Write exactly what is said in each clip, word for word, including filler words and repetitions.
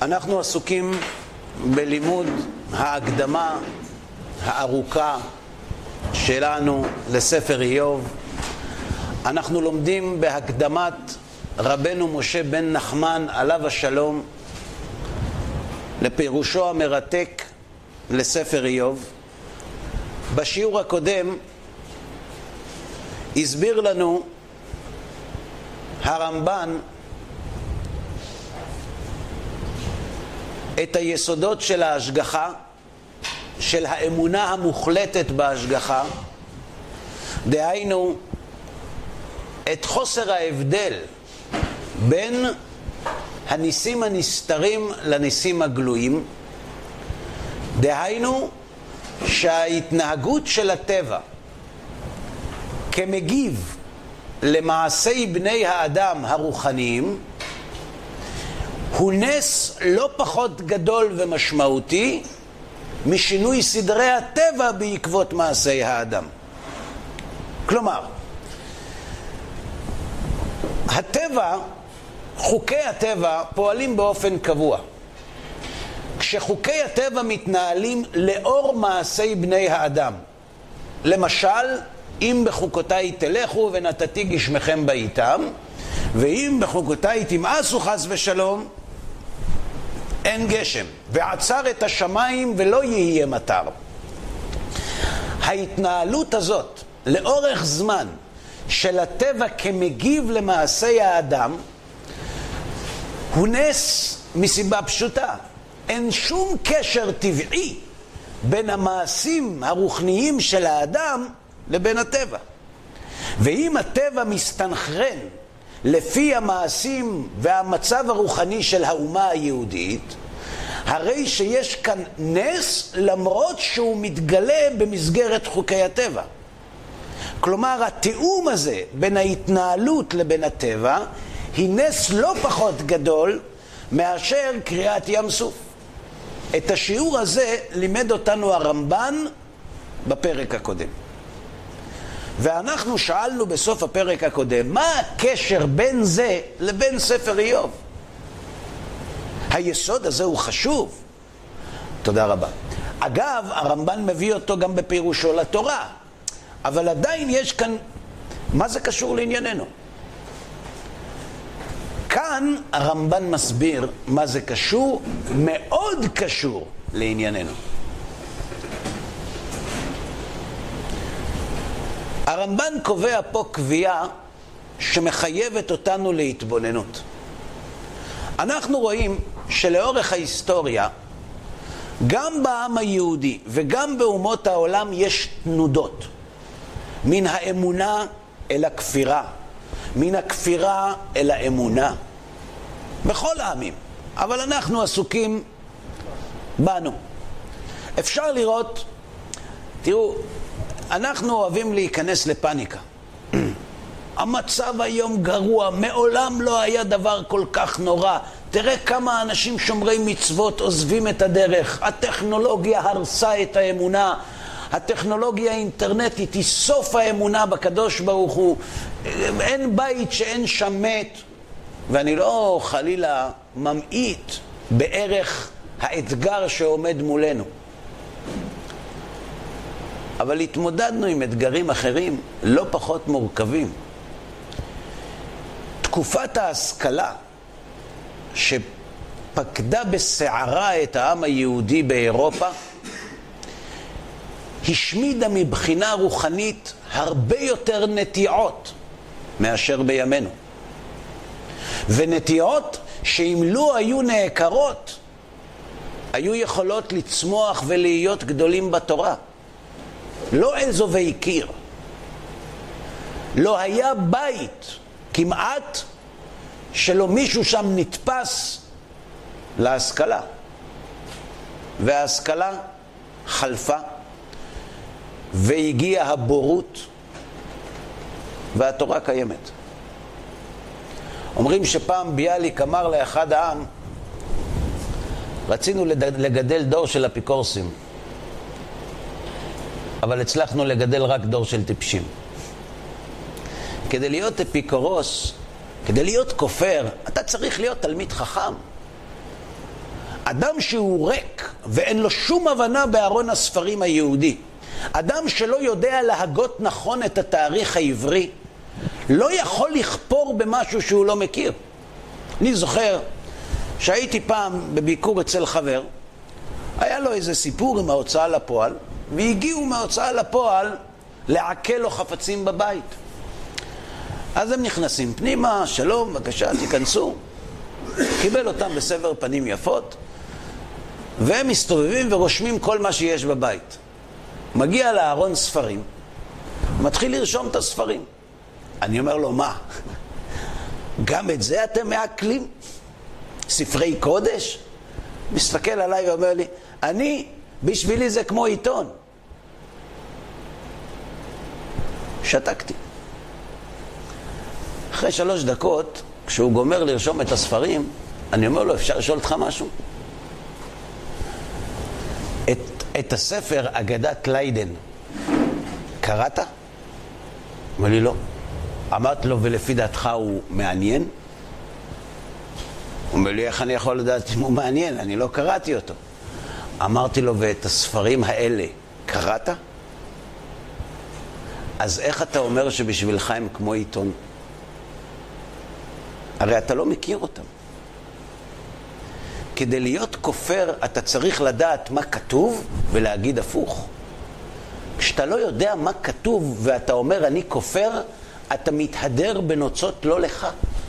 אנחנו עסוקים בלימוד ההקדמה הארוכה שלנו לספר איוב. אנחנו לומדים בהקדמת רבנו משה בן נחמן עליו השלום לפירושו המרתק לספר איוב. בשיעור הקודם הסביר לנו הרמב"ן את היסודות של ההשגחה, של האמונה המוחלטת בהשגחה, דהיינו את חוסר ההבדל בין הניסים הנסתרים לניסים הגלויים, דהיינו שההתנהגות של הטבע כמגיב למעשי בני האדם הרוחניים הוא נס לא פחות גדול ומשמעותי משינוי סדרי הטבע בעקבות מעשי האדם. כלומר, הטבע, חוקי הטבע פועלים באופן קבוע. כשחוקי הטבע מתנהלים לאור מעשי בני האדם, למשל, אם בחוקותיי תלכו ונתתי גשמכם בעיתם, ואם בחוקותיי תמאסו חס ושלום, אין גשם, ועצר את השמיים ולא יהיה מטר. ההתנהלות הזאת לאורך זמן של הטבע כמגיב למעשי האדם הוא נס מסיבה פשוטה. אין שום קשר טבעי בין המעשים הרוחניים של האדם לבין הטבע. ואם הטבע מסתנכרן לפי המעשים והמצב הרוחני של האומה היהודית, הרי שיש כאן נס למרות שהוא מתגלה במסגרת חוקי הטבע. כלומר, התיאום הזה בין ההתנהלות לבין הטבע היא נס לא פחות גדול מאשר קריאת ים סוף. את השיעור הזה לימד אותנו הרמב"ן בפרק הקודם. ואנחנו שאלנו בסוף הפרק הקודם, מה הקשר בין זה לבין ספר איוב? היסוד הזה הוא חשוב. תודה רבה. אגב, הרמב"ן מביא אותו גם בפירושו לתורה, אבל עדיין יש כאן, מה זה קשור לענייננו? כאן הרמב"ן מסביר מה זה קשור, מאוד קשור לענייננו. הרמב"ן קובע פה קביעה שמחייבת אותנו להתבוננות. אנחנו רואים שלאורך ההיסטוריה, גם בעם היהודי וגם באומות העולם יש תנודות. מן האמונה אל הכפירה, מן הכפירה אל האמונה. בכל העמים. אבל אנחנו עסוקים בנו. אפשר לראות, תראו, אנחנו אוהבים להיכנס לפניקה. המצב היום גרוע, מעולם לא היה דבר כל כך נורא. תראה כמה אנשים שומרי מצוות עוזבים את הדרך. הטכנולוגיה הרסה את האמונה. הטכנולוגיה האינטרנטית היא סוף האמונה בקדוש ברוך הוא. אין בית שאין שם מת. ואני לא חלילה ממעיט בערך האתגר שעומד מולנו. אבל התמודדנו עם אתגרים אחרים לא פחות מורכבים. תקופת ההשכלה שפקדה בסערה את העם היהודי באירופה השמידה מבחינה רוחנית הרבה יותר נטיעות מאשר בימינו. ונטיעות שאם לא היו נעקרות היו יכולות לצמוח ולהיות גדולים בתורה. לא אזובי קיר. לא היה בית כמעט שלא מישהו שם נתפס להשכלה. וההשכלה חלפה והגיעה הבורות והתורה קיימת. אומרים שפעם ביאליק אמר לאחד העם, רצינו לגדל דור של אפיקורסים, אבל הצלחנו לגדל רק דור של טיפשים. כדי להיות אפיקורוס, כדי להיות כופר, אתה צריך להיות תלמיד חכם. אדם שהוא ריק ואין לו שום הבנה בארון הספרים היהודי, אדם שלא יודע להגות נכון את התאריך העברי, לא יכול לכפור במשהו שהוא לא מכיר. אני זוכר שהייתי פעם בביקור אצל חבר, היה לו איזה סיפור עם ההוצאה לפועל, והגיעו מההוצאה לפועל לעקל לו חפצים בבית. אז הם נכנסים פנימה, שלום, בבקשה, תיכנסו. קיבל אותם בסבר פנים יפות, והם מסתובבים ורושמים כל מה שיש בבית. מגיע לארון ספרים, מתחיל לרשום את הספרים. אני אומר לו, מה? גם את זה אתם מעקלים? ספרי קודש? מסתכל עליי ואומר לי, אני, בשבילי זה כמו עיתון. שתקתי. אחרי שלוש דקות, כשהוא גומר לרשום את הספרים, אני אומר לו, אפשר לשאול אותך משהו? את, את הספר אגדת ליידן קראת? אומר לי לא. אמרת לו, ולפי דעתך הוא מעניין? הוא אומר לי, איך אני יכול לדעת אם הוא מעניין? אני לא קראתי אותו. אמרתי לו, ואת הספרים האלה קראת? אז איך אתה אומר שבשבילך הם כמו עיתון? הרי אתה לא מכיר אותם. כדי להיות כופר אתה צריך לדעת מה כתוב ולהגיד הפוך. כשאתה לא יודע מה כתוב ואתה אומר אני כופר, אתה מתהדר בנוצות לא לך.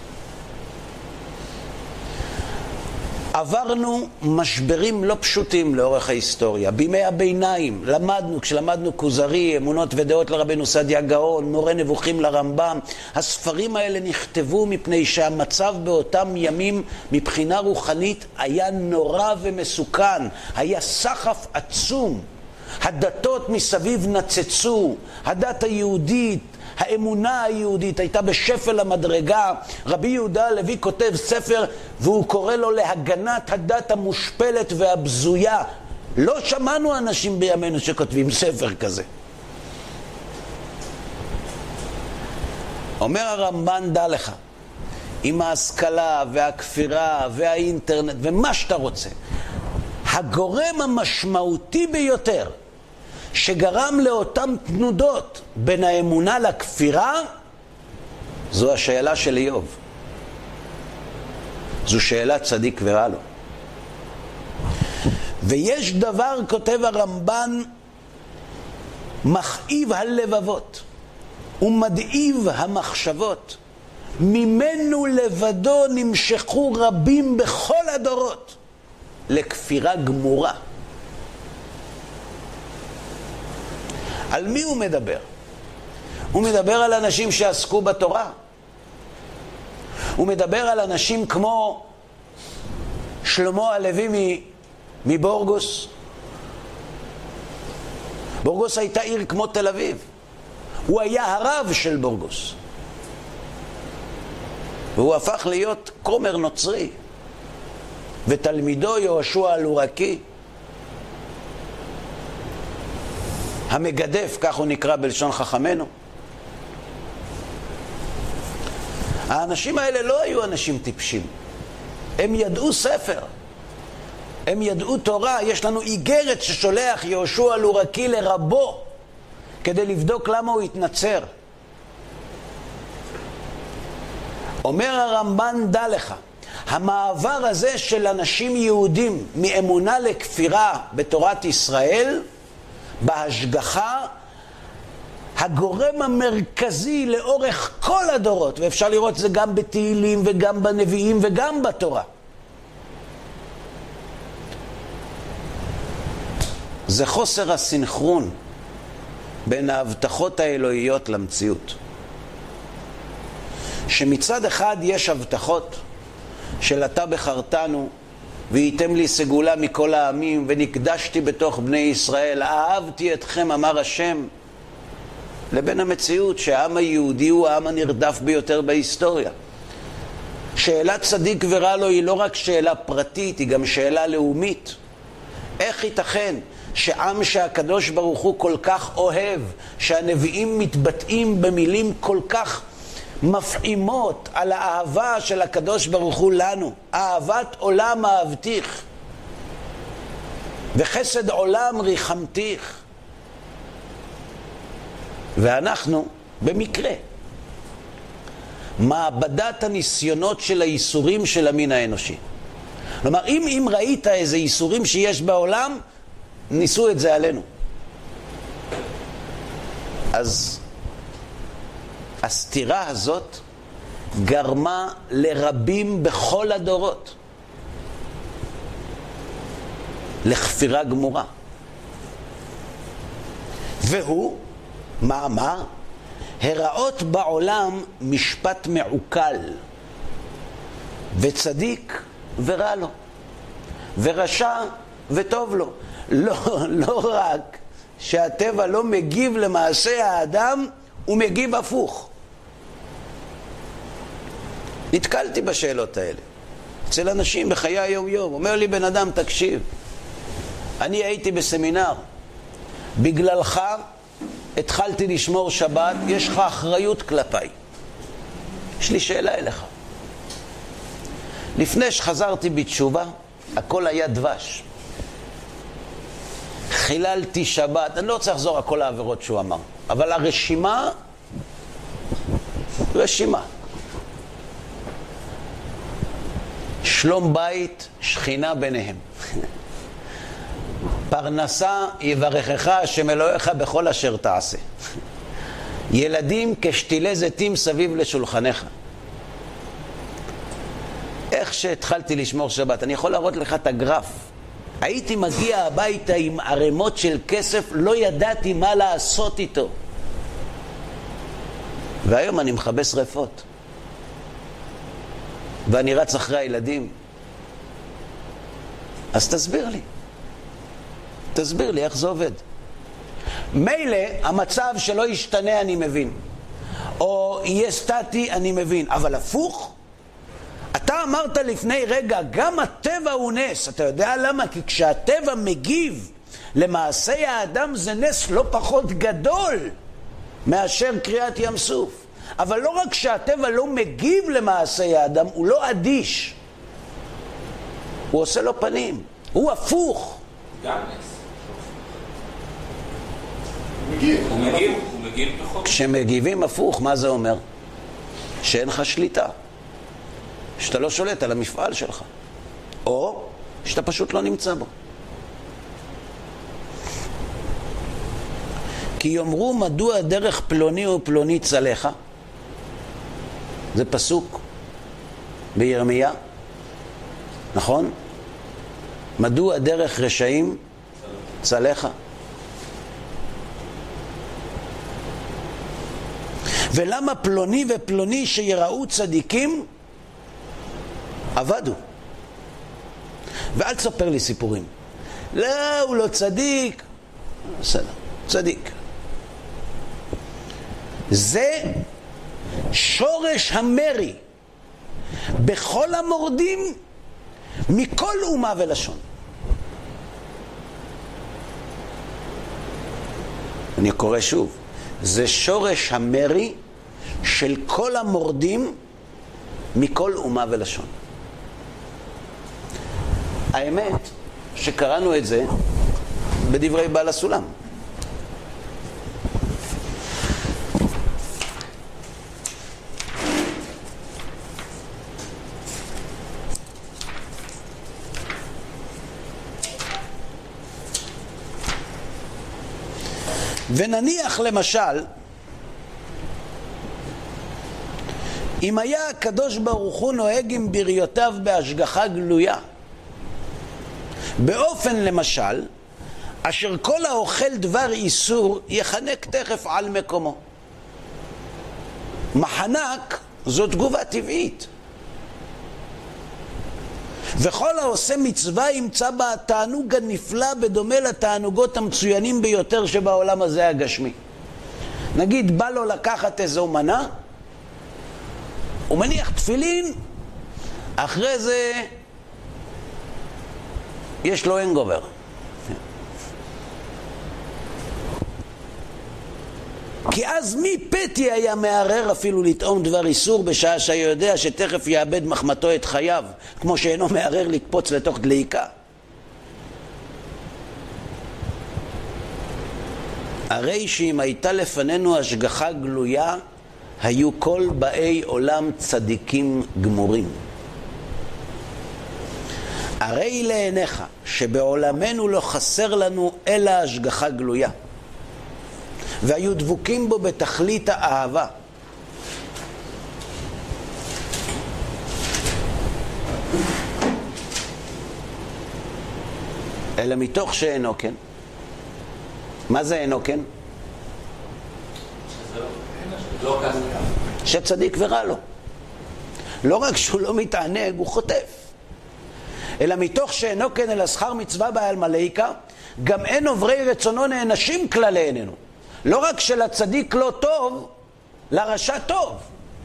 עברנו משברים לא פשוטים לאורך ההיסטוריה. בימי הביניים למדנו, כשלמדנו כוזרי, אמונות ודעות לרבנו סעדיה גאון, מורה נבוכים לרמב"ם, הספרים האלה נכתבו מפני שהמצב באותם ימים מבחינה רוחנית היה נורא ומסוכן, היה סחף עצום. הדתות מסביב נצצו, הדת היהודית, האמונה היהודית הייתה בשפל המדרגה. רבי יהודה הלוי כותב ספר והוא קורא לו להגנת הדת המושפלת והבזויה. לא שמענו אנשים בימינו שכותבים ספר כזה. אומר הרמב"ן, דע לך, עם ההשכלה והכפירה והאינטרנט ומה שאתה רוצה, הגורם המשמעותי ביותר שגרם לאותם תנודות בין האמונה לכפירה, זו השאלה של איוב. זו שאלה צדיק ורע לו. ויש דבר, כותב הרמב"ן, מכאיב הלבבות ומדאיב המחשבות, ממנו לבדו נמשכו רבים בכל הדורות לכפירה גמורה. על מי הוא מדבר? הוא מדבר על אנשים שעסקו בתורה. הוא מדבר על אנשים כמו שלמה הלוי מבורגוס. בורגוס הייתה עיר כמו תל אביב. הוא היה הרב של בורגוס. והוא הפך להיות כומר נוצרי. ותלמידו יהושע הלורקי, המגדף, כך הוא נקרא בלשון חכמנו. האנשים האלה לא היו אנשים טיפשים. הם ידעו ספר. הם ידעו תורה. יש לנו איגרת ששולח יהושע הלורקי לרבו כדי לבדוק למה הוא התנצר. אומר הרמב"ן, דע לך, המעבר הזה של אנשים יהודים מאמונה לכפירה בתורת ישראל, בהשגחה, הגורם המרכזי לאורך כל הדורות, ואפשר לראות זה גם בתהילים וגם בנביאים וגם בתורה, זה חוסר הסנכרון בין ההבטחות האלוהיות למציאות. שמצד אחד יש הבטחות של אתה בחרתנו וייתם לי סגולה מכל העמים ונקדשתי בתוך בני ישראל, אהבתי אתכם אמר השם, לבין המציאות שהעם היהודי הוא העם הנרדף ביותר בהיסטוריה. שאלת צדיק ורע לו היא לא רק שאלה פרטית, היא גם שאלה לאומית. איך ייתכן שעם שהקדוש ברוך הוא כל כך אוהב, שהנביאים מתבטאים במילים כל כך מפעימות על האהבה של הקדוש ברוך הוא לנו, אהבת עולם אהבתיך, וחסד עולם ריחמתיך. ואנחנו במקרה מעבדת הניסיונות של האיסורים של המין האנושי. כלומר, אם, אם ראית איזה איסורים שיש בעולם, ניסו את זה עלינו. אז הסתירה הזאת גרמה לרבים בכל הדורות לכפירה גמורה. והוא, מה אמר? הראות בעולם משפט מעוקל, וצדיק ורע לו, ורשע וטוב לו. לא, לא רק שהטבע לא מגיב למעשה האדם, הוא מגיב הפוך. נתקלתי בשאלות האלה אצל אנשים בחיי היום יום. אומר לי בן אדם, תקשיב, אני הייתי בסמינר, בגללך התחלתי לשמור שבת, יש לך אחריות כלפיי. יש לי שאלה אליך. לפני שחזרתי בתשובה, הכל היה דבש. חיללתי שבת, אני לא רוצה לחזור על כל העבירות שהוא אמר, אבל הרשימה, רשימה. שלום בית, שכינה ביניהם. פרנסה יברכך השם אלוהיך בכל אשר תעשה. ילדים כשתילי זיתים סביב לשולחנך. איך שהתחלתי לשמור שבת, אני יכול להראות לך את הגרף. הייתי מגיע הביתה עם ערימות של כסף, לא ידעתי מה לעשות איתו. והיום אני מכבה שריפות. ואני רץ אחרי הילדים. אז תסביר לי. תסביר לי איך זה עובד. מילא המצב שלא ישתנה אני מבין, או יהיה סטטי אני מבין, אבל הפוך? אתה אמרת לפני רגע, גם הטבע הוא נס. אתה יודע למה? כי כשהטבע מגיב למעשה האדם זה נס לא פחות גדול מאשר קריאת ים סוף. אבל לא רק שהטבע לא מגיב למעשה האדם, הוא לא אדיש, הוא עושה לו פנים, הוא הפוך. גם נס. הוא מגיב, הוא מגיב פחות. כשמגיבים הפוך, מה זה אומר? שאין לך שליטה, שאתה לא שולט על המפעל שלך, או שאתה פשוט לא נמצא בו. כי יאמרו מדוע דרך פלוני ופלוני צלחה. זה פסוק בירמיה, נכון? מדוע דרך רשעים צלחה. ולמה פלוני ופלוני שיראו צדיקים עבדו. ואל תספר לי סיפורים. לא, הוא לא צדיק. בסדר, צדיק. זה שורש המרי בכל המורדים מכל אומה ולשון. אני קורא שוב. זה שורש המרי של כל המורדים מכל אומה ולשון. האמת שקראנו את זה בדברי בעל הסולם. ונניח למשל, אם היה הקדוש ברוך הוא נוהג עם בריותיו בהשגחה גלויה, באופן למשל, אשר כל האוכל דבר איסור יחנק תכף על מקומו. מחנק זו תגובה טבעית. וכל העושה מצווה ימצא בה התענוג הנפלא בדומה לתענוגות המצוינים ביותר שבעולם הזה הגשמי. נגיד בא לו לקחת איזו מנה, הוא מניח תפילין, אחרי זה יש לו הנגובר. כי אז מי פתי היה מערער אפילו לטעום דבר איסור בשעה שהיה יודע שתכף יאבד מחמתו את חייו, כמו שאינו מערער לקפוץ לתוך דליקה. הרי שאם הייתה לפנינו השגחה גלויה, היו כל באי עולם צדיקים גמורים. הרי לעיניך שבעולמנו לא חסר לנו אלא השגחה גלויה, והיו דבוקים בו בתכלית האהבה. אלא מתוך שאינו כן. מה זה אינו כן? לא כזה. שצדיק ורע לו. לא רק שהוא לא מתענג, הוא חוטף. אלא מתוך שאינו כן אלא שכר מצווה בעל מלאיקה, גם אין עוברי רצונו נענשים כלל לעינינו. לא רק שלצדיק לא טוב, לרשע טוב.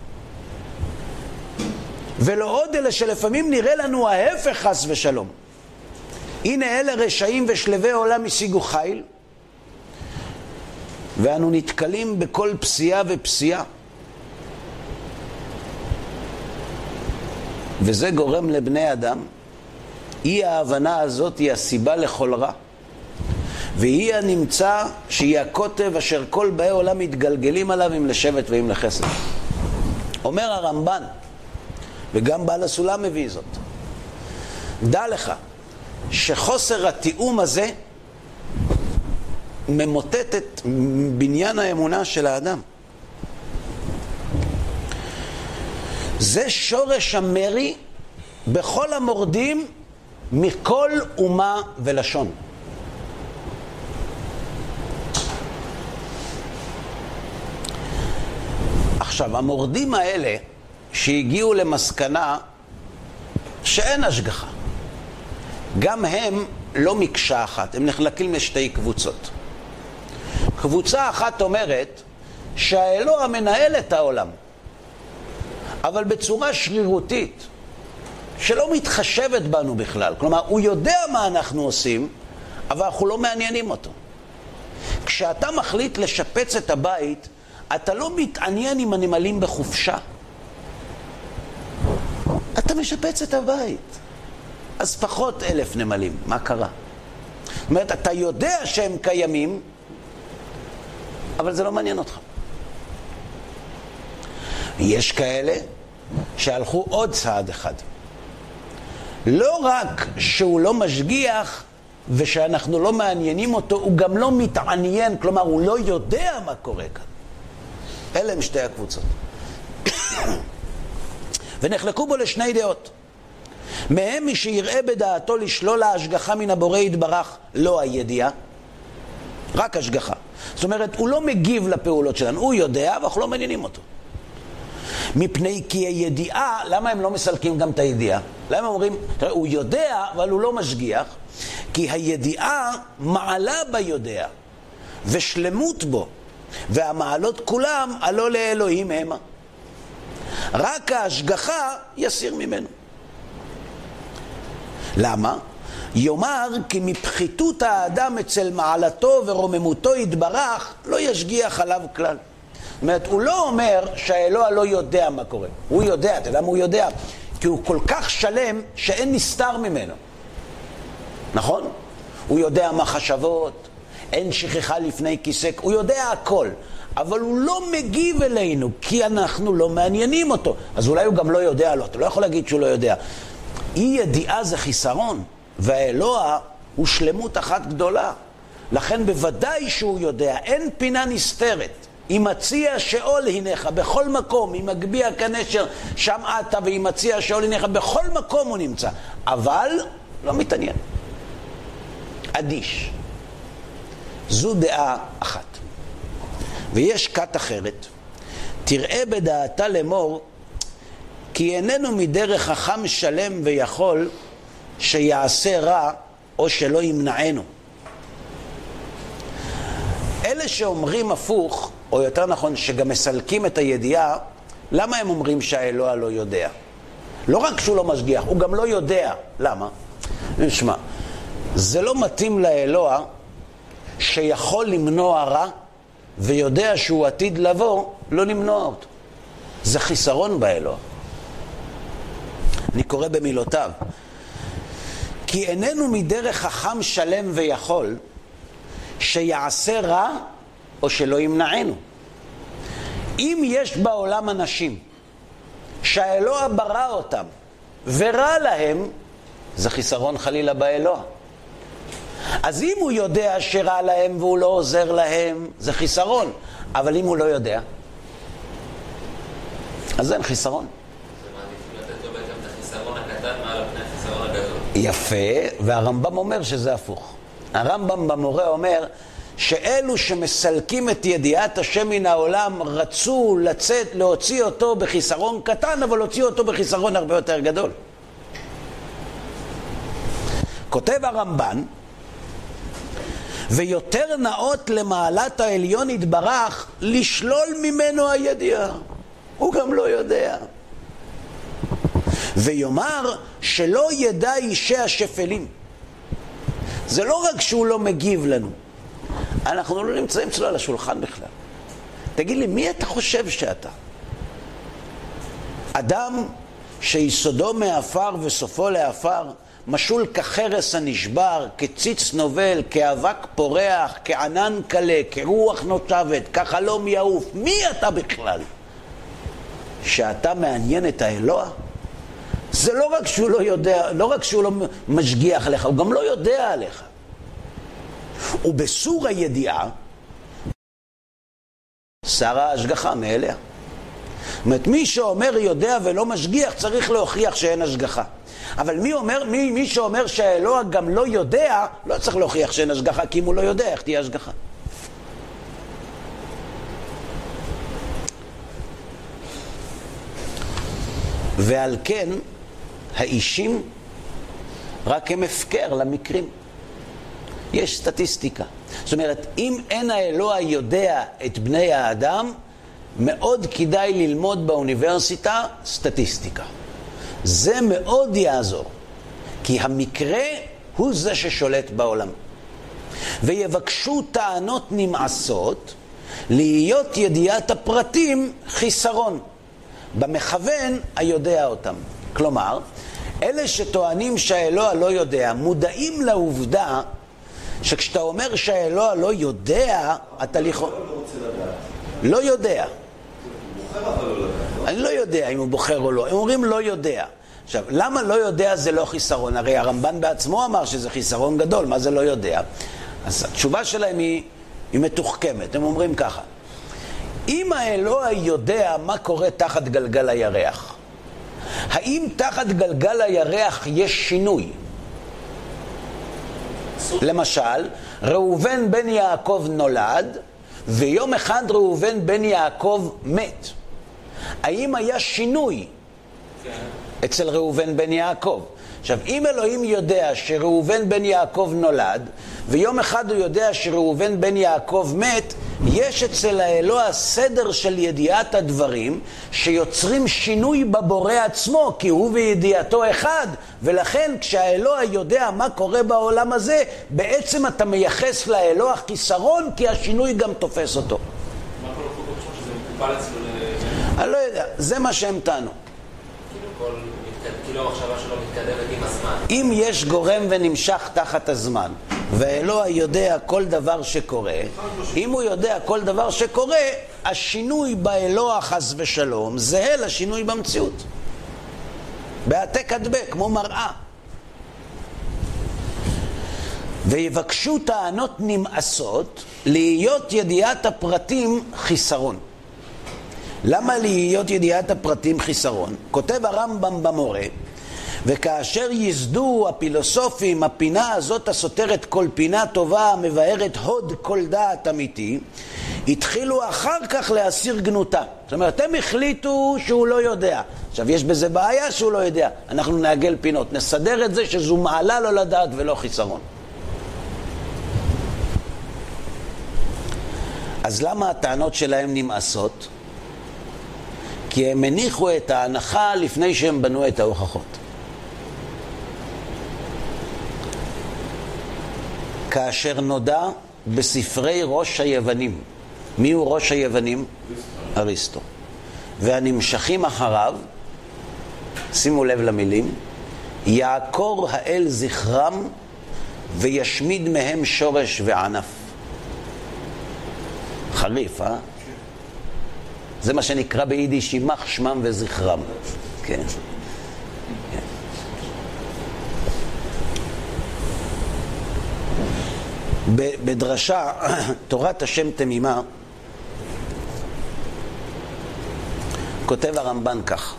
ולא עוד אלא שלפעמים נראה לנו ההפך חס ושלום. הנה אלה רשעים ושלבי עולם השיגו חיל, ואנו נתקלים בכל פסיעה ופסיעה. וזה גורם לבני אדם, אי ההבנה הזאת היא הסיבה לכל רע. והיא הנמצא שהיא הקוטב אשר כל באי עולם מתגלגלים עליו עם לשבט ועם לחסד. אומר הרמב"ן, וגם בעל הסולם מביא זאת. דע לך שחוסר התיאום הזה ממוטט את בניין האמונה של האדם. זה שורש המרי בכל המורדים מכל אומה ולשון. עכשיו, המורדים האלה שהגיעו למסקנה שאין השגחה, גם הם לא מקשה אחת, הם נחלקים לשתי קבוצות. קבוצה אחת אומרת שהאלוה מנהל את העולם, אבל בצורה שרירותית, שלא מתחשבת בנו בכלל. כלומר, הוא יודע מה אנחנו עושים, אבל אנחנו לא מעניינים אותו. כשאתה מחליט לשפץ את הבית, אתה לא מתעניין אם הנמלים בחופשה. אתה משפץ את הבית. אז פחות אלף נמלים. מה קרה? זאת אומרת, אתה יודע שהם קיימים, אבל זה לא מעניין אותך. יש כאלה שהלכו עוד צעד אחד. לא רק שהוא לא משגיח ושאנחנו לא מעניינים אותו, הוא גם לא מתעניין, כלומר הוא לא יודע מה קורה כאן. אלה הם שתי הקבוצות. ונחלקו בו לשני דעות. מהם מי שיראה בדעתו לשלול ההשגחה מן הבורא יתברך, לא הידיעה, רק השגחה. זאת אומרת, הוא לא מגיב לפעולות שלנו, הוא יודע ואנחנו לא מעניינים אותו. מפני כי הידיעה, למה הם לא מסלקים גם את הידיעה? למה הם אומרים, תראה, הוא יודע אבל הוא לא משגיח? כי הידיעה מעלה ביודע ושלמות בו, והמעלות כולם עלו לאלוהים המה. רק ההשגחה יסיר ממנו. למה? יאמר כי מפחיתות האדם אצל מעלתו ורוממותו יתברך לא ישגיח עליו כלל. זאת אומרת, הוא לא אומר שהאלוה לא יודע מה קורה. הוא יודע, אתה יודע מה הוא יודע? כי הוא כל כך שלם שאין נסתר ממנו. נכון? הוא יודע מה חשבות, אין שכחה לפני כיסא, הוא יודע הכל. אבל הוא לא מגיב אלינו, כי אנחנו לא מעניינים אותו. אז אולי הוא גם לא יודע, לא, אתה לא יכול להגיד שהוא לא יודע. אי ידיעה זה חיסרון, והאלוה הוא שלמות אחת גדולה. לכן בוודאי שהוא יודע, אין פינה נסתרת. אם מציע שאול הינך, בכל מקום, אם מגביע כנשר, שם אתה, ואם מציע שאול הינך, בכל מקום הוא נמצא. אבל לא מתעניין. אדיש. זו דעה אחת. ויש כת אחרת. תראה בדעתה לאמור, כי איננו מדרך חכם שלם ויכול שיעשה רע או שלא ימנענו. אלה שאומרים הפוך, או יותר נכון שגם מסלקים את הידיעה, למה הם אומרים שהאלוה לא יודע? לא רק שהוא לא משגיח, הוא גם לא יודע. למה? נשמע, זה לא מתאים לאלוה שיכול למנוע רע ויודע שהוא עתיד לבוא, לא למנוע אותו. זה חיסרון באלוה. אני קורא במילותיו, כי איננו מדרך חכם שלם ויכול שיעשה רע או שלא ימנענו. אם יש בעולם אנשים שהאלוה ברא אותם ורע להם, זה חיסרון חלילה באלוה. אז אם הוא יודע שרע להם והוא לא עוזר להם, זה חיסרון. אבל אם הוא לא יודע, אז אין חיסרון. זה מעדיף לתת לו בעצם את החיסרון הקטן מעל הפני החיסרון הגדול. יפה, והרמב"ם אומר שזה הפוך. הרמב"ם במורה אומר שאלו שמסלקים את ידיעת השם מן העולם רצו לצאת, להוציא אותו בחיסרון קטן, אבל להוציא אותו בחיסרון הרבה יותר גדול. כותב הרמב"ן, ויותר נאות למעלת העליון יתברך לשלול ממנו הידיעה. הוא גם לא יודע. ויאמר שלא ידע אישי השפלים. זה לא רק שהוא לא מגיב לנו, אנחנו לא נמצאים אצלו על השולחן בכלל. תגיד לי, מי אתה חושב שאתה? אדם שיסודו מאפר וסופו לאפר, משול כחרס הנשבר, כציץ נובל, כאבק פורח, כענן קלה, כרוח נושבת, כחלום יעוף. מי אתה בכלל? שאתה מעניין את האלוה? זה לא רק שהוא לא יודע, לא רק שהוא לא משגיח עליך, הוא גם לא יודע עליך. ובסור הידיעה, שר ההשגחה מאליה. זאת אומרת, מי שאומר יודע ולא משגיח, צריך להוכיח שאין השגחה. אבל מי אומר, מי, מי שאומר שהאלוה גם לא יודע, לא צריך להוכיח שאין השגחה, כי אם הוא לא יודע, איך תהיה השגחה? ועל כן, האישים רק הם הפקר למקרים. יש סטטיסטיקה. זאת אומרת, אם אין האלוה יודע את בני האדם, מאוד כדאי ללמוד באוניברסיטה סטטיסטיקה. זה מאוד יעזור, כי המקרה הוא זה ששולט בעולם. ויבקשו טענות נמאסות להיות ידיעת הפרטים חיסרון, במכוון היודע אותם. כלומר, אלה שטוענים שהאלוה לא יודע, מודעים לעובדה שכשאתה אומר שהאלוה לא יודע, אתה לכאורה לא יודע. אני לא יודע אם הוא בוחר או לא. הם אומרים לא יודע. עכשיו, למה לא יודע זה לא חיסרון? הרי הרמב"ן בעצמו אמר שזה חיסרון גדול. מה זה לא יודע? אז התשובה שלהם היא, היא מתוחכמת. הם אומרים ככה: אם האלוה יודע מה קורה תחת גלגל הירח, האם תחת גלגל הירח יש שינוי? למשל, ראובן בן יעקב נולד, ויום אחד ראובן בן יעקב מת. האם היה שינוי אצל ראובן בן יעקב? עכשיו, אם אלוהים יודע שראובן בן יעקב נולד, ויום אחד הוא יודע שראובן בן יעקב מת, יש אצל האלוה סדר של ידיעת הדברים שיוצרים שינוי בבורא עצמו, כי הוא וידיעתו אחד, ולכן כשהאלוה יודע מה קורה בעולם הזה, בעצם אתה מייחס לאלוה חיסרון, כי השינוי גם תופס אותו. מה כל החוק חושב שזה מקובל אצלו? אני לא יודע, זה מה שהם טענו. כאילו המחשבה שלו מתקדמת עם הזמן. אם יש גורם ונמשך תחת הזמן, ואלוה יודע כל דבר שקורה, אם הוא יודע כל דבר שקורה, השינוי באלוה חס ושלום זהה לשינוי במציאות. בהעתק הדבק, כמו מראה. ויבקשו טענות נמאסות להיות ידיעת הפרטים חיסרון. למה להיות ידיעת הפרטים חיסרון? כותב הרמב"ם במורה, וכאשר יסדו הפילוסופים הפינה הזאת הסותרת כל פינה טובה, מבארת הוד כל דעת אמיתי, התחילו אחר כך להסיר גנותה. זאת אומרת, הם החליטו שהוא לא יודע. עכשיו, יש בזה בעיה שהוא לא יודע. אנחנו נעגל פינות, נסדר את זה שזו מעלה לא לדעת ולא חיסרון. אז למה הטענות שלהם נמאסות? כי הם הניחו את ההנחה לפני שהם בנו את ההוכחות. כאשר נודע בספרי ראש היוונים, מי הוא ראש היוונים? אריסטו. והנמשכים אחריו, שימו לב למילים, יעקור האל זכרם וישמיד מהם שורש וענף. חריף, אה? זה מה שנקרא ביידיש יימח שמם וזכרם. כן. בדרשה, תורת השם תמימה, כותב הרמב"ן כך: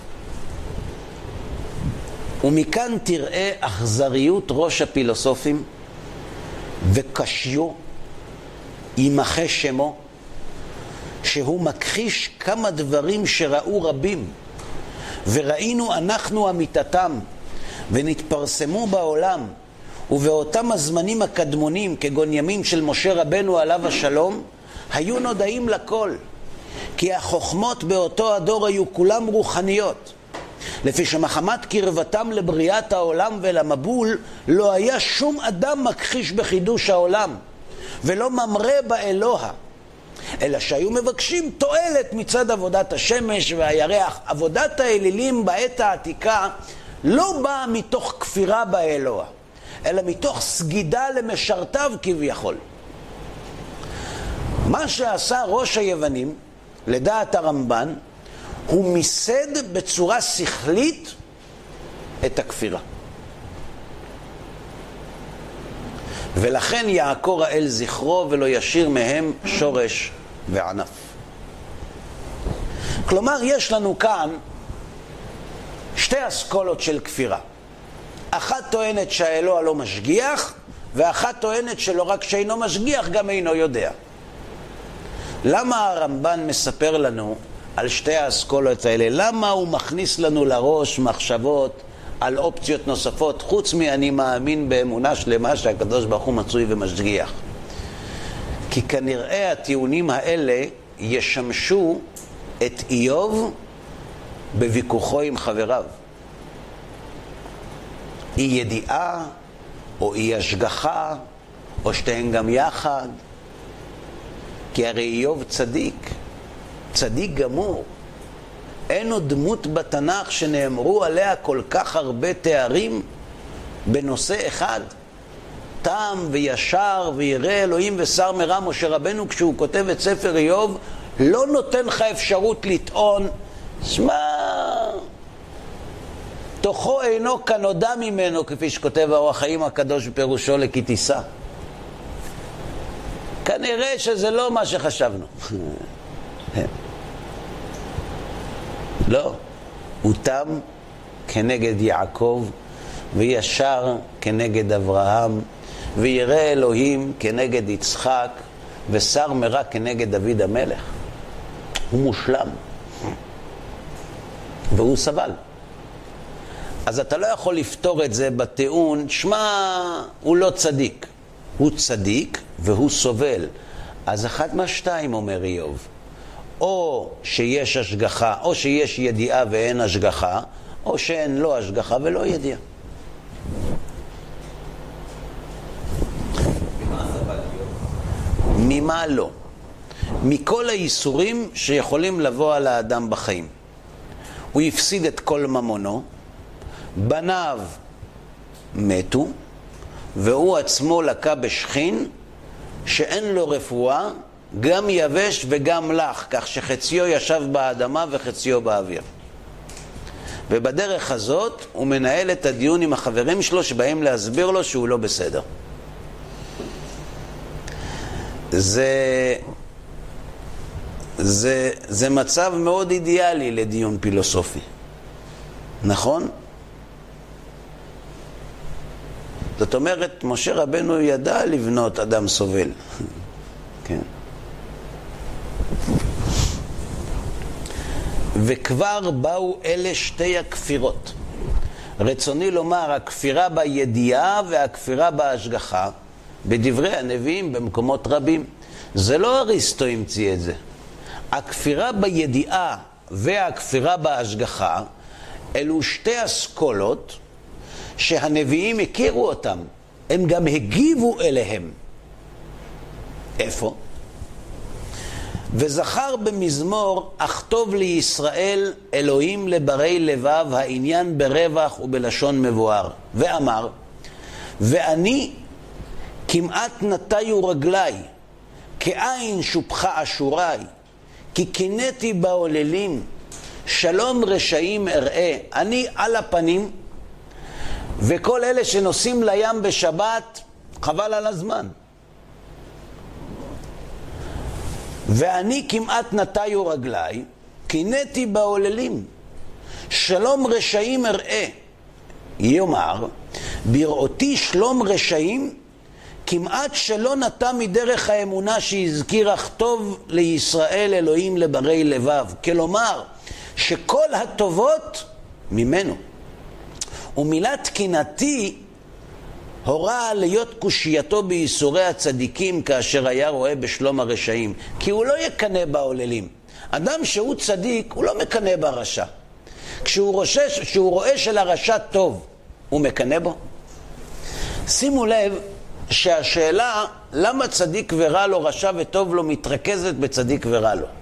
ומכאן תראה אכזריות ראש הפילוסופים וקשיו ימחה שמו, שהוא מכחיש כמה דברים שראו רבים וראינו אנחנו אמיתתם ונתפרסמו בעולם, ובאותם הזמנים הקדמונים כגון ימים של משה רבנו עליו השלום היו נודעים לכל, כי החוכמות באותו הדור היו כולם רוחניות, לפי שמחמת קרבתם לבריאת העולם ולמבול לא היה שום אדם מכחיש בחידוש העולם ולא ממרא באלוה, אלא שהיו מבקשים תועלת מצד עבודת השמש והירח. עבודת האלילים בעת העתיקה לא באה מתוך כפירה באלוה, אלא מתוך סגידה למשרתיו כביכול. מה שעשה ראש היוונים, לדעת הרמב"ן, הוא מיסד בצורה שכלית את הכפירה. ולכן יעקור האל זכרו ולא ישיר מהם שורש וענף. כלומר, יש לנו כאן שתי אסכולות של כפירה. אחת טוענת שהאלוה לא משגיח, ואחת טוענת שלא רק שאינו משגיח, גם אינו יודע. למה הרמב"ן מספר לנו על שתי האסכולות האלה? למה הוא מכניס לנו לראש מחשבות על אופציות נוספות, חוץ מאני מאמין באמונה שלמה שהקדוש ברוך הוא מצוי ומשגיח? כי כנראה הטיעונים האלה ישמשו את איוב בוויכוחו עם חבריו. אי ידיעה או אי השגחה או שתיהן גם יחד. כי הרי איוב צדיק, צדיק גמור. אין עוד דמות בתנ"ך שנאמרו עליה כל כך הרבה תארים בנושא אחד. טעם וישר וירא אלוהים ושר מרע. משה רבנו כשהוא כותב את ספר איוב לא נותן לך אפשרות לטעון, שמע, תוכו אינו כנודע ממנו, כפי שכותב האור החיים הקדוש בפירושו לכי תישא. כנראה שזה לא מה שחשבנו. לא, הוא תם כנגד יעקב וישר כנגד אברהם, וירא אלוהים כנגד יצחק, ושר מרע כנגד דוד המלך. הוא מושלם והוא סבל. אז אתה לא יכול לפתור את זה בטיעון, שמה, הוא לא צדיק. הוא צדיק והוא סובל. אז אחת מהשתיים, אומר איוב, או שיש השגחה, או שיש ידיעה ואין השגחה, או שאין לא השגחה ולא ידיעה. ממה לא? מכל האיסורים שיכולים לבוא על האדם בחיים. הוא הפסיד את כל ממונו, בניו מתו, והוא עצמו לקה בשכין שאין לו רפואה, גם יבש וגם לח, כך שחציו ישב באדמה וחציו באוויר. ובדרך הזאת הוא מנהל את הדיון עם החברים שלו שבאים להסביר לו שהוא לא בסדר. זה, זה, זה מצב מאוד אידיאלי לדיון פילוסופי. נכון? זאת אומרת, משה רבנו ידע לבנות אדם סובל. כן. וכבר באו אלה שתי הכפירות. רצוני לומר, הכפירה בידיעה והכפירה בהשגחה, בדברי הנביאים במקומות רבים. זה לא אריסטו המציא את זה. הכפירה בידיעה והכפירה בהשגחה, אלו שתי אסכולות שהנביאים הכירו אותם. הם גם הגיבו אליהם. איפה? וזכר במזמור, אכתוב לישראל אלוהים לברי לבב, העניין ברווח ובלשון מבואר. ואמר, ואני כמעט נטיו רגלי, כעין שופחה אשורי, כי קינאתי בעוללים, שלום רשעים אראה. אני על הפנים, וכל אלה שנוסעים לים בשבת, חבל על הזמן. ואני כמעט נטיו רגלי, קינאתי בעוללים, שלום רשעים אראה. יאמר, בראותי שלום רשעים, כמעט שלא נטה מדרך האמונה שהזכיר אך טוב לישראל אלוהים לברי לבב. כלומר, שכל הטובות ממנו. ומילת קינאתי הורה להיות קושייתו בייסורי הצדיקים כאשר היה רואה בשלום הרשעים. כי הוא לא יקנה בעוללים. אדם שהוא צדיק, הוא לא מקנה ברשע. כשהוא רואה, כשהוא רואה שלרשע טוב, הוא מקנה בו. שימו לב שהשאלה למה צדיק ורע לו, רשע וטוב לו, מתרכזת בצדיק ורע לו.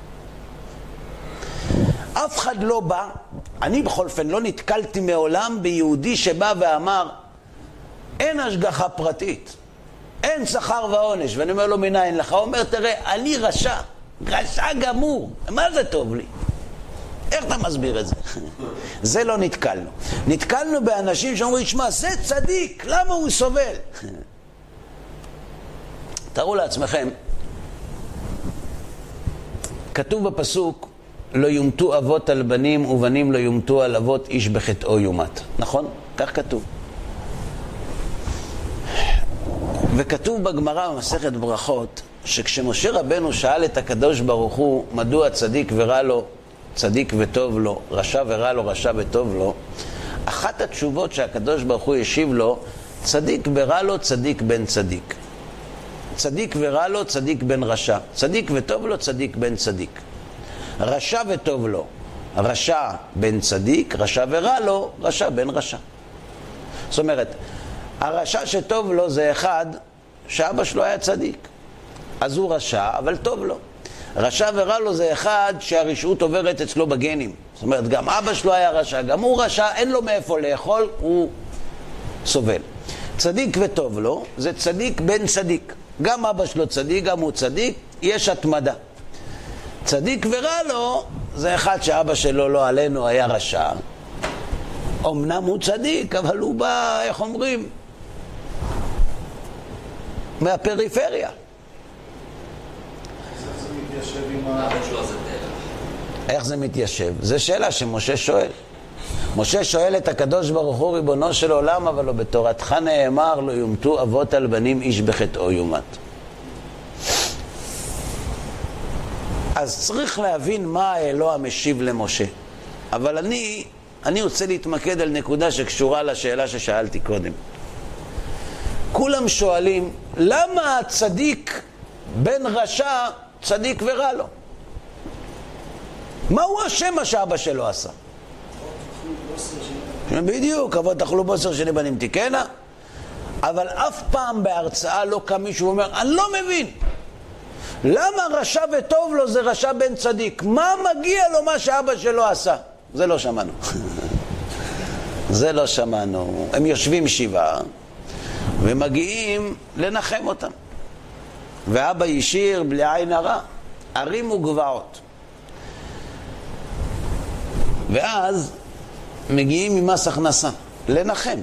אף אחד לא בא, אני בכל אופן לא נתקלתי מעולם ביהודי שבא ואמר, אין השגחה פרטית, אין שכר ועונש. ואני אומר לו, מנין לך? הוא אומר, תראה, אני רשע, רשע גמור, מה זה טוב לי? איך אתה מסביר את זה? זה לא נתקלנו. נתקלנו באנשים שאומרים, שמע, זה צדיק, למה הוא סובל? תראו לעצמכם, כתוב בפסוק, לא יומתו אבות על בנים ובנים לא יומתו על אבות, איש בחטאו יומת. נכון? כך כתוב. וכתוב בגמרא במסכת ברכות, שכשמשה רבנו שאל את הקדוש ברוך הוא, מדוע צדיק ורע לו, צדיק וטוב לו, רשע ורע לו, רשע וטוב לו, אחת התשובות שהקדוש ברוך הוא ישיב לו, צדיק ורע לו, צדיק בן צדיק. צדיק ורע לו, צדיק בן רשע. צדיק וטוב לו, צדיק בן צדיק. רשע וטוב לו, רשע בן צדיק, רשע ורע לו, רשע בן רשע. זאת אומרת, הרשע שטוב לו זה אחד שאבא שלו היה צדיק, אז הוא רשע, אבל טוב לו. רשע ורע לו זה אחד שהרשעות עוברת אצלו בגנים. זאת אומרת, גם אבא שלו היה רשע, גם הוא רשע, אין לו מאיפה לאכול, הוא סובל. צדיק וטוב לו זה צדיק בן צדיק. גם אבא שלו צדיק, גם הוא צדיק, יש התמדה. צדיק ורע לו זה אחד שאבא שלו לא עלינו היה רשע. אמנם הוא צדיק, אבל הוא בא, איך אומרים, מהפריפריה. איך זה מתיישב? זו שאלה שמשה שואל. משה שואל את הקדוש ברוך הוא, ריבונו של עולם, אבל לא בתורתך נאמר, לא יומתו אבות על בנים, איש בחטאו יומת. אז צריך להבין מה האלוה משיב למשה. אבל אני, אני רוצה להתמקד על נקודה שקשורה לשאלה ששאלתי קודם. כולם שואלים, למה הצדיק בן רשע צדיק ורע לו? מה הוא השם מה שאבא שלו עשה? בדיוק, אבות תאכלו בוסר שני בנים תיקנה. אבל אף פעם בהרצאה לא קם מישהו ואומר, אני לא מבין למה רשע וטוב לו זה רשע בן צדיק, מה מגיע לו מה שאבא שלו עשה? זה לא שמענו. זה לא שמענו. הם יושבים שבעה ומגיעים לנחם אותם, ואבא ישיר בלי עין הרע, ערים וגבעות. ואז מגיעים ממס הכנסה לנחם,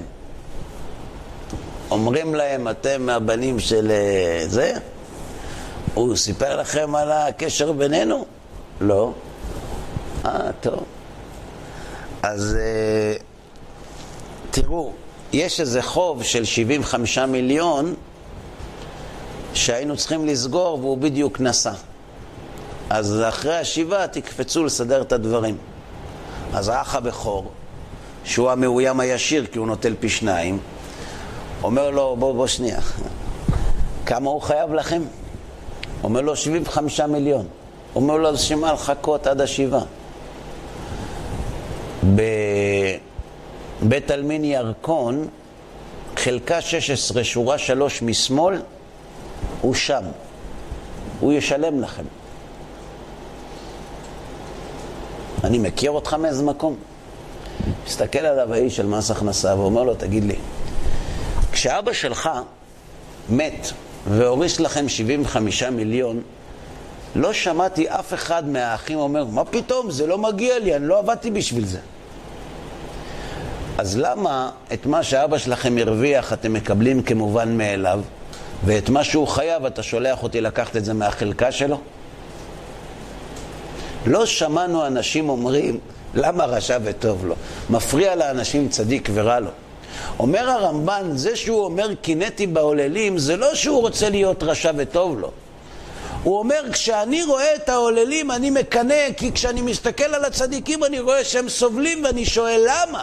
אומרים להם, אתם מהבנים של זה? הוא סיפר לכם על הקשר בינינו? לא. אה, טוב. אז uh, תראו, יש איזה חוב של שבעים וחמישה מיליון שהיינו צריכים לסגור והוא בדיוק נסע. אז אחרי השבעה תקפצו לסדר את הדברים. אז האח הבכור, שהוא המאוים הישיר כי הוא נוטל פי שניים, אומר לו, בוא בוא שנייה, כמה הוא חייב לכם? אומר לו, שבעים וחמישה מיליון. אומר לו, אז שמה לחכות עד השבעה? בבית אלמין ירקון, חלקה שש עשרה, שורה שלוש משמאל, הוא שם. הוא ישלם לכם. אני מכיר אותך מאיזה מקום. מסתכל עליו האיש של מס הכנסה ואומר לו, תגיד לי, כשאבא שלך מת והוריש לכם שבעים וחמישה מיליון, לא שמעתי אף אחד מהאחים אומר, מה פתאום, זה לא מגיע לי, אני לא עבדתי בשביל זה. אז למה את מה שאבא שלכם הרוויח אתם מקבלים כמובן מאליו, ואת מה שהוא חייב אתה שולח אותי לקחת את זה מהחלקה שלו? לא שמענו אנשים אומרים, למה רשע וטוב לו? מפריע לאנשים צדיק ורע לו. אומר הרמב"ן, זה שהוא אומר קינאתי בעוללים, זה לא שהוא רוצה להיות רשע וטוב לו. הוא אומר, כשאני רואה את העוללים אני מקנא, כי כשאני מסתכל על הצדיקים אני רואה שהם סובלים ואני שואל למה?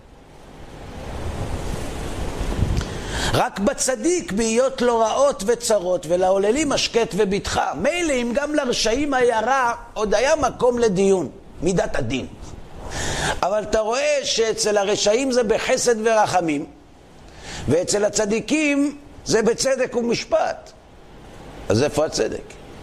רק בצדיק בהיות לו רעות וצרות ולעוללים השקט וביטחה. מילא אם גם לרשעים היה רע, עוד היה מקום לדיון, מידת הדין. אבל אתה רואה שאצל הרשעים זה בחסד ורחמים, ואצל הצדיקים זה בצדק ומשפט. אז איפה הצדק?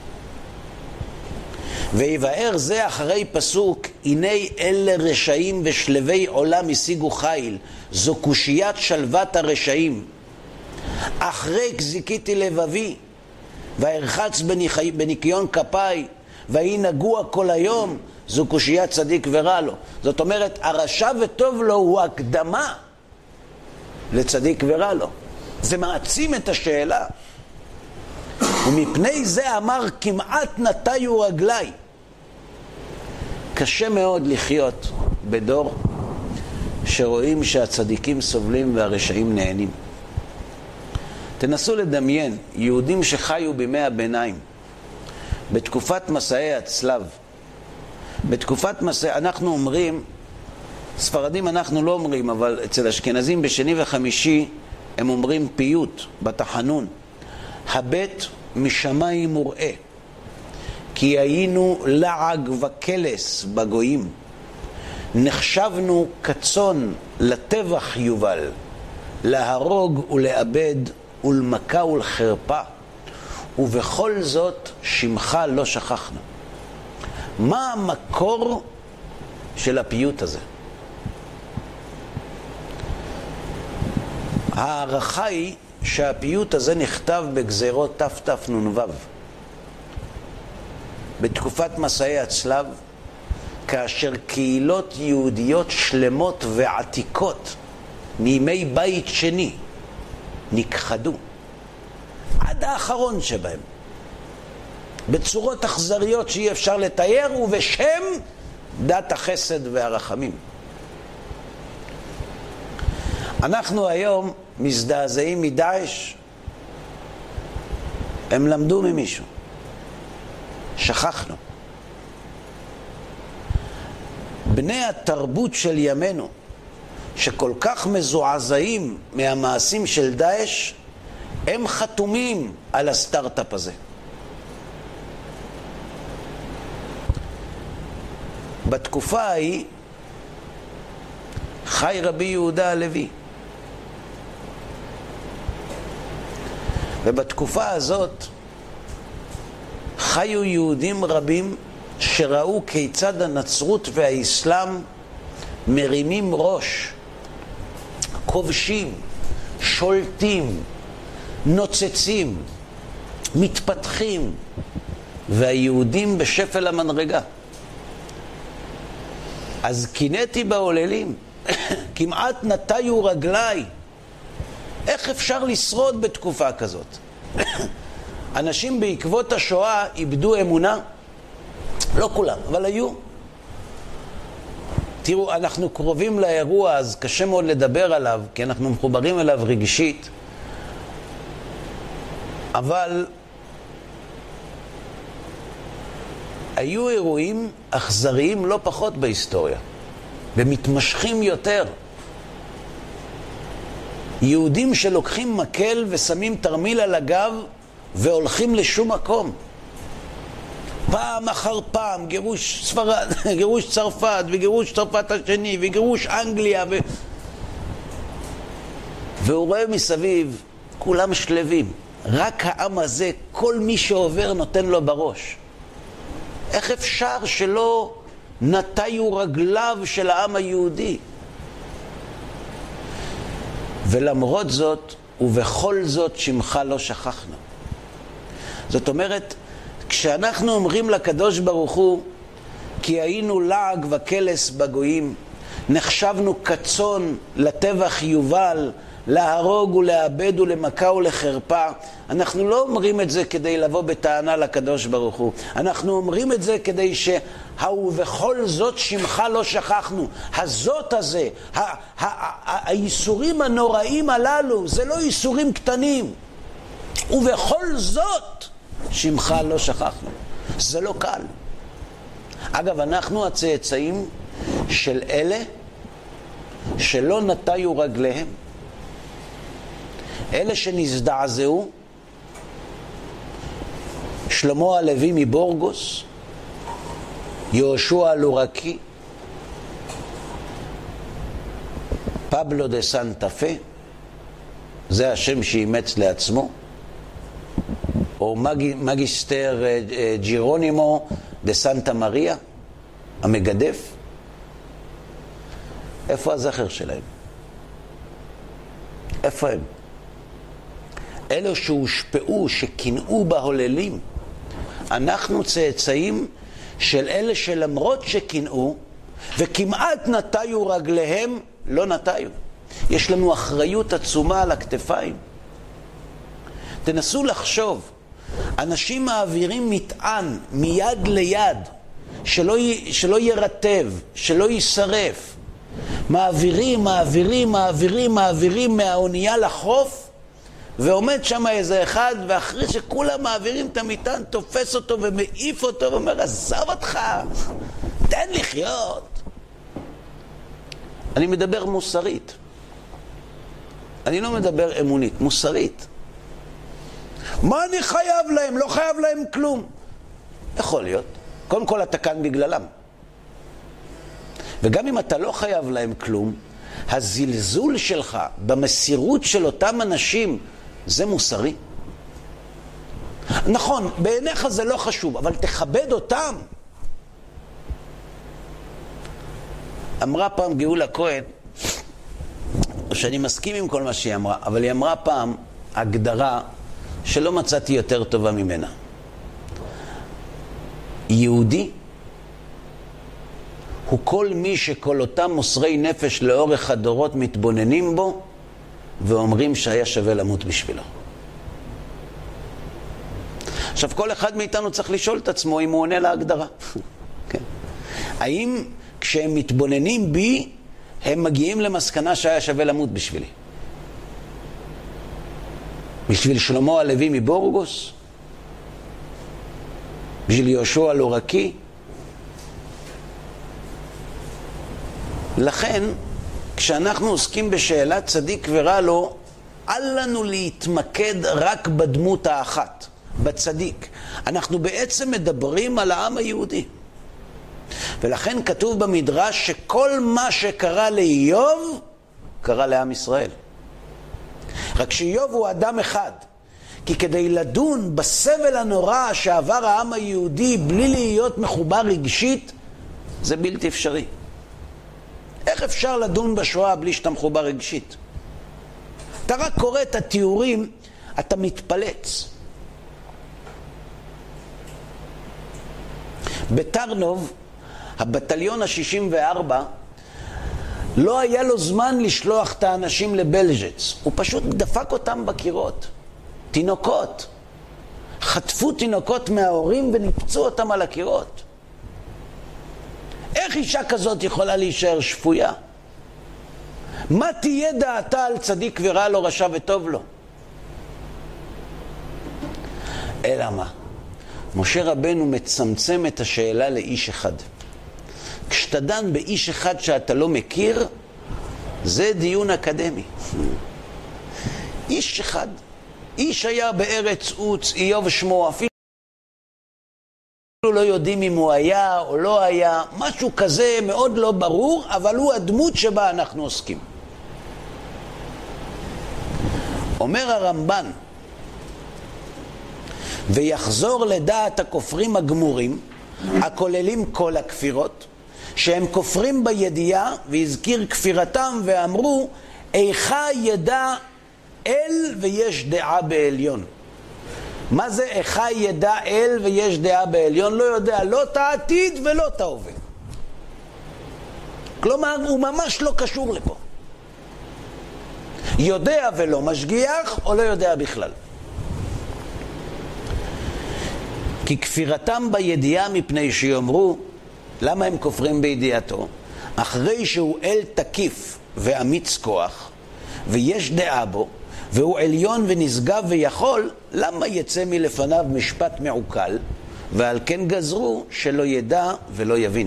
ויבאר זה אחרי פסוק, הנה אלה רשעים ושלבי עולם השיגו חיל, זו קושיית שלוות הרשעים. אחרי זיכיתי לבבי והרחץ בניקיון כפיי והיא נגוע כל היום, זו קושיית צדיק ורע לו. זאת אומרת, הרשע וטוב לו הוא הקדמה לצדיק ורע לו. זה מעצים את השאלה. ומפני זה אמר, כמעט נטיו רגלי. קשה מאוד לחיות בדור שרואים שהצדיקים סובלים והרשעים נהנים. תנסו לדמיין יהודים שחיו בימי הביניים, בתקופת מסעי הצלב. בתקופת מסעי, אנחנו אומרים, ספרדים אנחנו לא אומרים, אבל אצל אשכנזים בשני וחמישי הם אומרים פיוט בתחנון. הבט משמיים מוראה, כי היינו לעג וקלס בגויים. נחשבנו כצאן לטבח יובל, להרוג ולאבד ולמכה ולחרפה, ובכל זאת שמך לא שכחנו. מה המקור של הפיוט הזה? הערכה היא שהפיוט הזה נכתב בגזירות תתנ"ו, בתקופת מסעי הצלב, כאשר קהילות יהודיות שלמות ועתיקות מימי בית שני נכחדו עד האחרון שבהם בצורות אכזריות שאי אפשר לתאר, ובשם דת החסד והרחמים. אנחנו היום מזדעזעים מדאעש. הם למדו ממישהו, שכחנו. בני התרבות של ימינו שכל כך מזועזעים מהמעשים של דאעש, הם חתומים על הסטארט-אפ הזה. בתקופה ההיא חי רבי יהודה הלוי, ובתקופה הזאת חיו יהודים רבים שראו כיצד הנצרות והאסלאם מרימים ראש, כובשים, שולטים, נוצצים, מתפתחים, והיהודים בשפל המנרגה. אז קינאתי בעוללים, כמעט נטיו רגלי. איך אפשר לשרוד בתקופה כזאת? אנשים בעקבות השואה איבדו אמונה? לא כולם, אבל היו. תראו, אנחנו קרובים לאירוע, אז קשה מאוד לדבר עליו, כי אנחנו מחוברים אליו רגשית. אבל היו אירועים אכזריים לא פחות בהיסטוריה, ומתמשכים יותר. יהודים שלוקחים מקל ושמים תרמיל על הגב והולכים לשום מקום. פעם אחר פעם, גירוש ספרד, גירוש צרפת, וגירוש צרפת השני, וגירוש אנגליה, ו... והוא רואה מסביב, כולם שלבים. רק העם הזה, כל מי שעובר נותן לו בראש. איך אפשר שלא נטיו רגליו של העם היהודי? ולמרות זאת, ובכל זאת שמך לא שכחנו. זאת אומרת, כשאנחנו אומרים לקדוש ברוך הוא, כי היינו לעג וקלס בגויים, נחשבנו כצאן לטבח יובל, להרוג ולאבד ולמכה ולחרפה, אנחנו לא אומרים את זה כדי לבוא בטענה לקדוש ברוך הוא. אנחנו אומרים את זה כדי שהוא בכל זאת שמך לא שכחנו. הזאת הזה, האיסורים הנוראים הללו, זה לא איסורים קטנים. ובכל זאת שמך לא שכחנו. זה לא קל. אגב, אנחנו הצאצאים של אלה שלא נטיו רגליהם. אלה שנזדעזעו, שלמה הלוי מבורגוס, יהושע הלורקי, פבלו דה סנטה פה, זה השם שאימץ לעצמו, או מג, מגיסטר ג'ירונימו דה סנטה מריה, המגדף. איפה הזכר שלהם? איפה הם? אלו שהושפעו, שקנאו בהוללים. אנחנו צאצאים של אלה שלמרות שקנאו וכמעט נטיו רגליהם, לא נטיו. יש לנו אחריות עצומה על הכתפיים. תנסו לחשוב, אנשים מעבירים מטען מיד ליד, שלא, י... שלא ירטב, שלא יישרף. מעבירים, מעבירים, מעבירים, מעבירים מהאונייה לחוף, ועומד שם איזה אחד, ואחרי שכולם מעבירים את המטען, תופס אותו ומעיף אותו, ואומר, עזב אותך, תן לחיות. אני מדבר מוסרית. אני לא מדבר אמונית, מוסרית. מה אני חייב להם? לא חייב להם כלום. יכול להיות. קודם כל אתה כאן בגללם. וגם אם אתה לא חייב להם כלום, הזלזול שלך במסירות של אותם אנשים, זה מוסרי. נכון, בעיניך זה לא חשוב, אבל תכבד אותם. אמרה פעם גאולה כהן, שאני מסכים עם כל מה שהיא אמרה, אבל היא אמרה פעם הגדרה שלא מצאתי יותר טובה ממנה. יהודי הוא כל מי שכל אותם מוסרי נפש לאורך הדורות מתבוננים בו ואומרים שהיה שווה למות בשבילו. עכשיו, כל אחד מאיתנו צריך לשאול את עצמו אם הוא עונה להגדרה. כן. האם כשהם מתבוננים בי, הם מגיעים למסקנה שהיה שווה למות בשבילי? בשביל שלמה הלוי מבורגוס? בשביל יהושע הלורקי? לכן, כשאנחנו עוסקים בשאלת צדיק ורע לו, אל לנו להתמקד רק בדמות האחת, בצדיק. אנחנו בעצם מדברים על העם היהודי. ולכן כתוב במדרש שכל מה שקרה לאיוב, קרה לעם ישראל. רק שאיוב הוא אדם אחד. כי כדי לדון בסבל הנורא שעבר העם היהודי בלי להיות מחובר רגשית, זה בלתי אפשרי. איך אפשר לדון בשואה בלי שאתה מחובר רגשית? אתה רק קורא את התיאורים, אתה מתפלץ. בטרנוב, הבטליון ה-שישים וארבע, לא היה לו זמן לשלוח את האנשים לבלז'ץ. הוא פשוט דפק אותם בקירות. תינוקות. חטפו תינוקות מההורים וניפצו אותם על הקירות. איך אישה כזאת יכולה להישאר שפויה? מה תהיה דעתה על צדיק ורע לו, רשע וטוב לו? אלא מה? משה רבנו מצמצם את השאלה לאיש אחד. כשאתה דן באיש אחד שאתה לא מכיר, זה דיון אקדמי. איש אחד. איש היה בארץ עוץ, איוב שמו, אפילו לא יודעים אם הוא היה או לא היה, משהו כזה מאוד לא ברור, אבל הוא הדמות שבה אנחנו עוסקים. אומר הרמב"ן, ויחזור לדעת הכופרים הגמורים, הכוללים כל הכפירות, שהם כופרים בידיעה, והזכיר כפירתם ואמרו, איכה ידע אל ויש דעה בעליון. מה זה איכה ידע אל ויש דעה בעליון? לא יודע לא את העתיד ולא את ההווה. כלומר, הוא ממש לא קשור לפה. יודע ולא משגיח, או לא יודע בכלל. כי כפירתם בידיעה מפני שיאמרו, למה הם כופרים בידיעתו? אחרי שהוא אל תקיף ואמיץ כוח, ויש דעה בו, והוא עליון ונשגב ויכול, למה יצא מלפניו משפט מעוקל, ועל כן גזרו שלא ידע ולא יבין.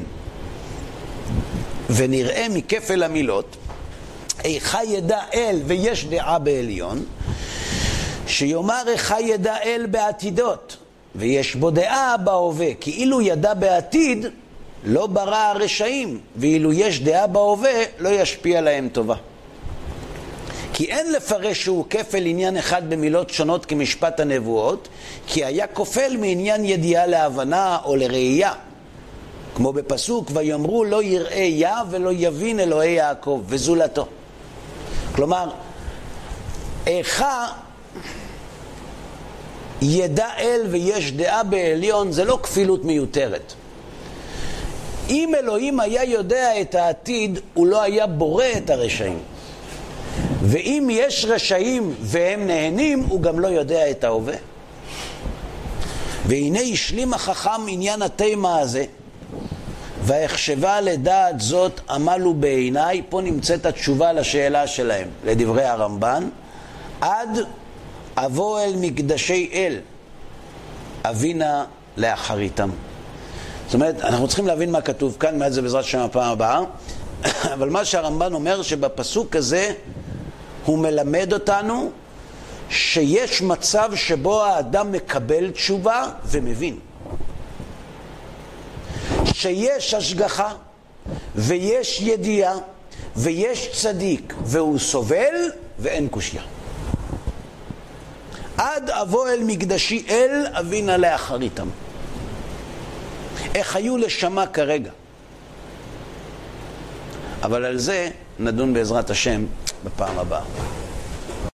ונראה מכפל המילות, איכה ידע אל ויש דעה בעליון, שיאמר איכה ידע אל בעתידות, ויש בו דעה בהווה, כאילו ידע בעתיד, לא ברא הרשעים, ואילו יש דעה בהווה, לא ישפיע להם טובה. כי אין לפרש שהוא כפל עניין אחד במילות שונות כמשפט הנבואות, כי היה כופל מעניין ידיעה להבנה או לראייה. כמו בפסוק, ויאמרו לא יראה יה ולא יבין אלוהי יעקב, וזולתו. כלומר, איכה ידע אל ויש דעה בעליון, זה לא כפילות מיותרת. אם אלוהים היה יודע את העתיד, הוא לא היה בורא את הרשעים. ואם יש רשעים והם נהנים, הוא גם לא יודע את ההווה. והנה השלים החכם עניין התימה הזה, והחשבה לדעת זאת עמלו בעיניי. פה נמצאת התשובה לשאלה שלהם, לדברי הרמב"ן, עד אבוא אל מקדשי אל, אבינה לאחריתם. זאת אומרת, אנחנו צריכים להבין מה כתוב כאן, מעט זה בעזרת שם הפעם הבאה, אבל מה שהרמב"ן אומר שבפסוק הזה הוא מלמד אותנו שיש מצב שבו האדם מקבל תשובה ומבין. שיש השגחה ויש ידיעה ויש צדיק והוא סובל ואין קושיה. עד אבוא אל מקדשי אל אבינה לאחריתם. איך היו לשמה כרגע. אבל על זה נדון בעזרת השם בפעם הבאה.